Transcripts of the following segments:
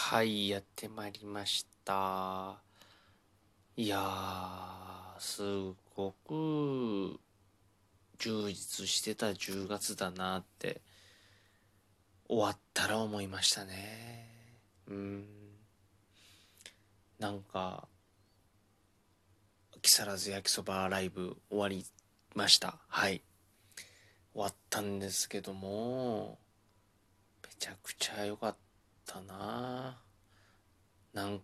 はい、やってまいりました。いやすごく充実してた10月だなって終わったら思いましたね。なんか、木更津焼きそばライブ終わりました。はい。終わったんですけども、めちゃくちゃ良かったな。なん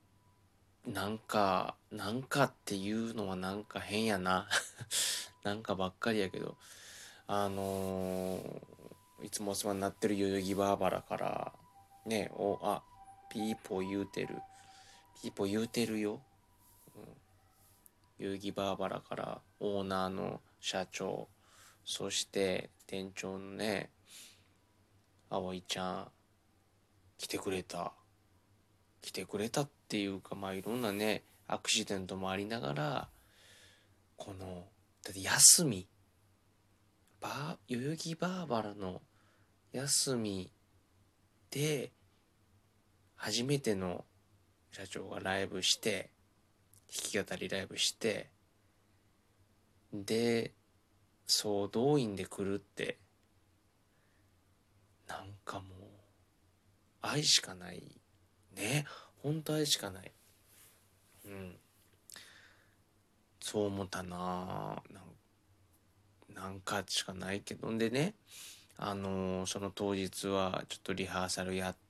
なんかっていうのはなんか変やな。なんかばっかりやけど、いつもお世話になってる代々木バーバラから、ね、ピーポー言うてる。ピーポー言うてるよ。代々木バーバラからオーナーの社長、そして店長のね、葵ちゃん、来てくれた。来てくれたっていうか、まあいろんなね、アクシデントもありながら、だって休み、代々木バーバラの休みで、初めての社長がライブして、弾き語りライブして、で、総動員で来るって、なんかもう、愛しかない。ね。ほんと愛しかない。うん。そう思ったななんかしかないけど。んでね、その当日はちょっとリハーサルやって、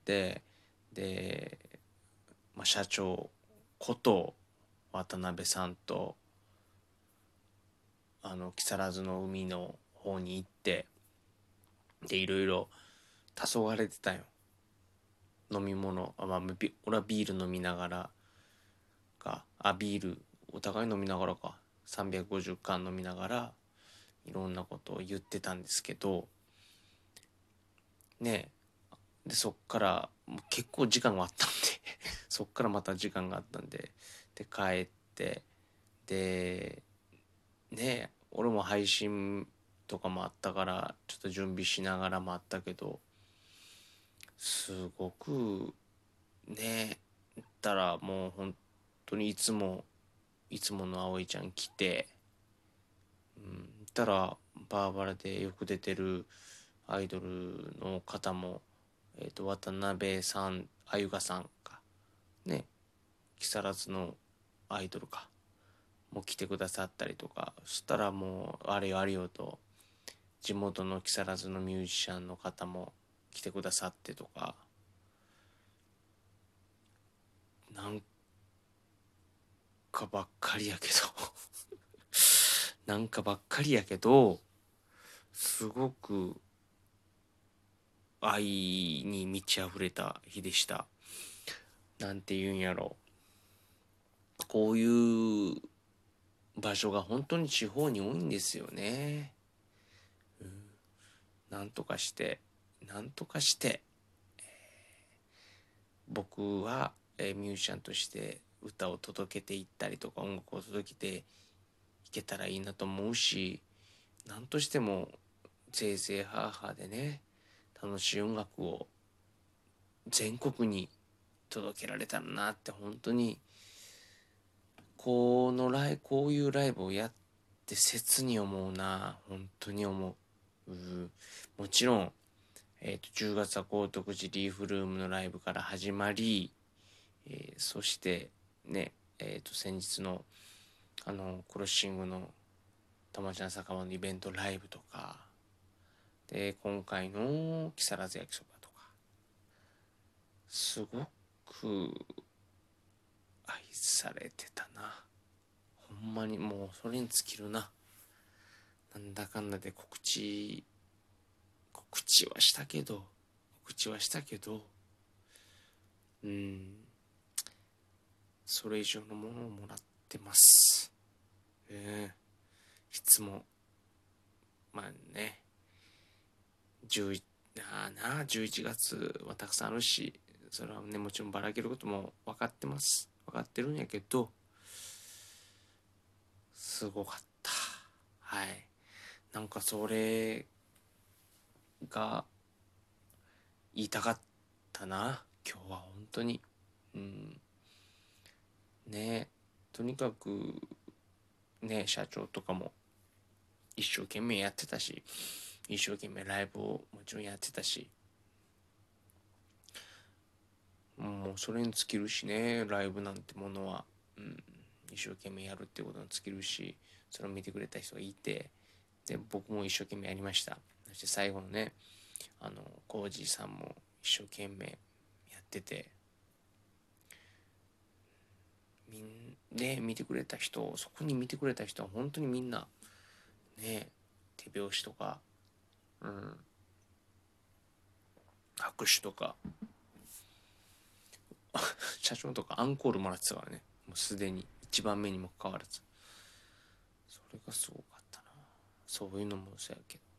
で、社長こと渡辺さんと木更津の海の方に行って、でいろいろ黄昏れてたよ。飲み物、俺はビール飲みながらビールお互い飲みながらか、350缶飲みながらいろんなことを言ってたんですけどね。でそっからもう結構時間があったんでそっからまた時間があったんで、帰って、で俺も配信とかもあったからちょっと準備しながらもあったけど、すごくたらもう本当にいつもの葵ちゃん来て、たらバーバラでよく出てるアイドルの方も、渡辺さん、あゆがさんかね、木更津のアイドルかも来てくださったりとか、そしたらもうあれよあれよと地元の木更津のミュージシャンの方も来てくださってとか、なんかばっかりやけどなんかばっかりやけど、すごく愛に満ち溢れた日でした。なんて言うんやろ。こういう場所が本当に地方に多いんですよね。なんとかして、なんとかして、僕は、ミュージシャンとして歌を届けていったりとか音楽を届けていけたらいいなと思うし、なんとしてもぜいぜいハーハーでね、楽しい音楽を全国に届けられたらなって本当にこういうライブをやって切に思うな。本当に思う。もちろん、10月は高徳寺リーフルームのライブから始まり、そしてね、先日のクロッシングのたまちゃん酒場のイベントライブとか、で、今回の木更津焼きそばとか、すごく愛されてたな。ほんまにもうそれに尽きるな。なんだかんだで告知はしたけど、うん、それ以上のものをもらってます。いつも、まあね、11、11月はたくさんあるし、それはね、もちろんばらけることも分かってます。分かってるんやけど、すごかった。はい。なんかそれが言いたかったな今日は本当にね、とにかくね、社長とかも一生懸命やってたし、一生懸命ライブをもちろんやってたし、もうそれに尽きるしね、ライブなんてものは、一生懸命やるってことに尽きるし、それを見てくれた人がいて、で僕も一生懸命やりました。そして最後のね、コージーさんも一生懸命やってて、見てくれた人、そこに見てくれた人は本当にみんなね、手拍子とか、拍手とか社長とかアンコールもらってたからね、もうすでに一番目にもかかわらず、それがすごかったな。そういうのもそうやけ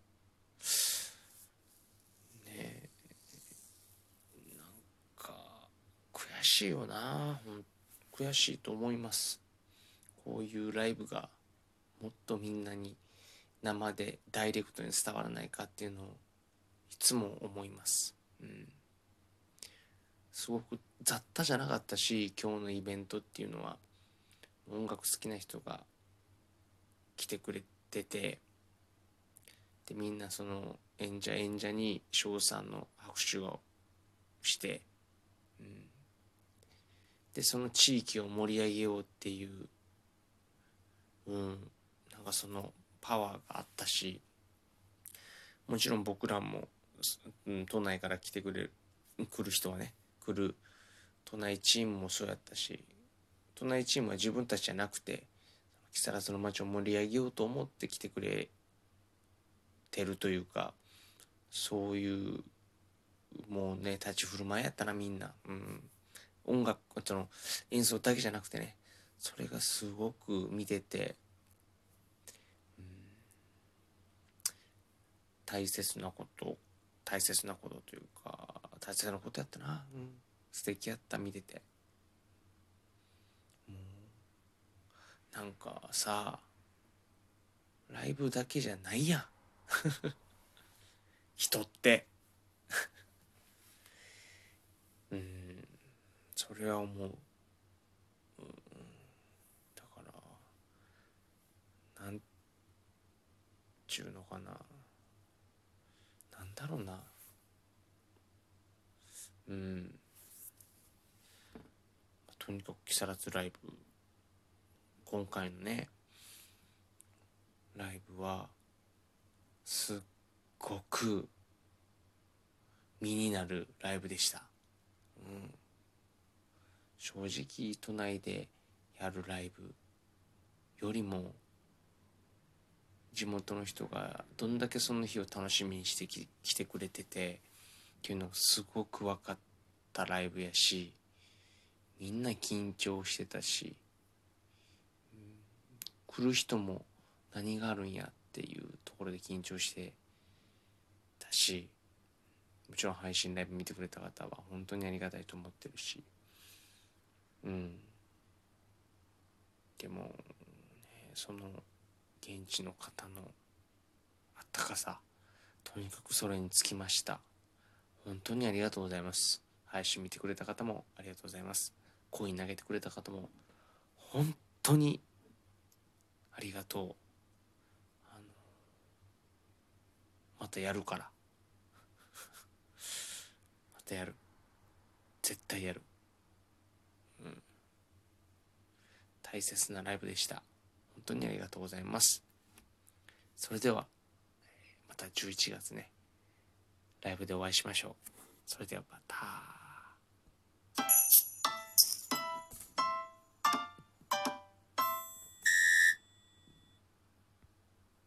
どね、なんか悔しいよな、悔しいと思います。こういうライブがもっとみんなに生でダイレクトに伝わらないかっていうのをいつも思います。すごく雑多じゃなかったし、今日のイベントっていうのは音楽好きな人が来てくれてて、でみんなその演者に翔さんの拍手をして、でその地域を盛り上げようっていう、なんかそのパワーがあったし、もちろん僕らも、都内から来る人はね、来る都内チームもそうやったし、都内チームは自分たちじゃなくて木更津の街を盛り上げようと思って来てくれてるというか、そういうもうね立ち振る舞いやったな、みんな。音楽その演奏だけじゃなくてね、それがすごく見てて、大切なことというか大切なことやったな。素敵やった、見てて。なんかさ、ライブだけじゃないやん人ってそれは思う。だからなんちゅうのかな、なんだろうな、とにかく木更津ライブ、今回のねライブはすっごく身になるライブでした。正直都内でやるライブよりも地元の人がどんだけその日を楽しみにして来てくれててっていうのがすごく分かったライブやし、みんな緊張してたし、来る人も何があるんやっていうところで緊張してたし、もちろん配信ライブ見てくれた方は本当にありがたいと思ってるし、でも、ね、その現地の方のあったかさ、とにかくそれにつきました。本当にありがとうございます。配信見てくれた方もありがとうございます。コイン投げてくれた方も本当にありがとう。またやるからまたやる、絶対やる。大切なライブでした。本当にありがとうございます。それではまた11月ね、ライブでお会いしましょう。それではまた。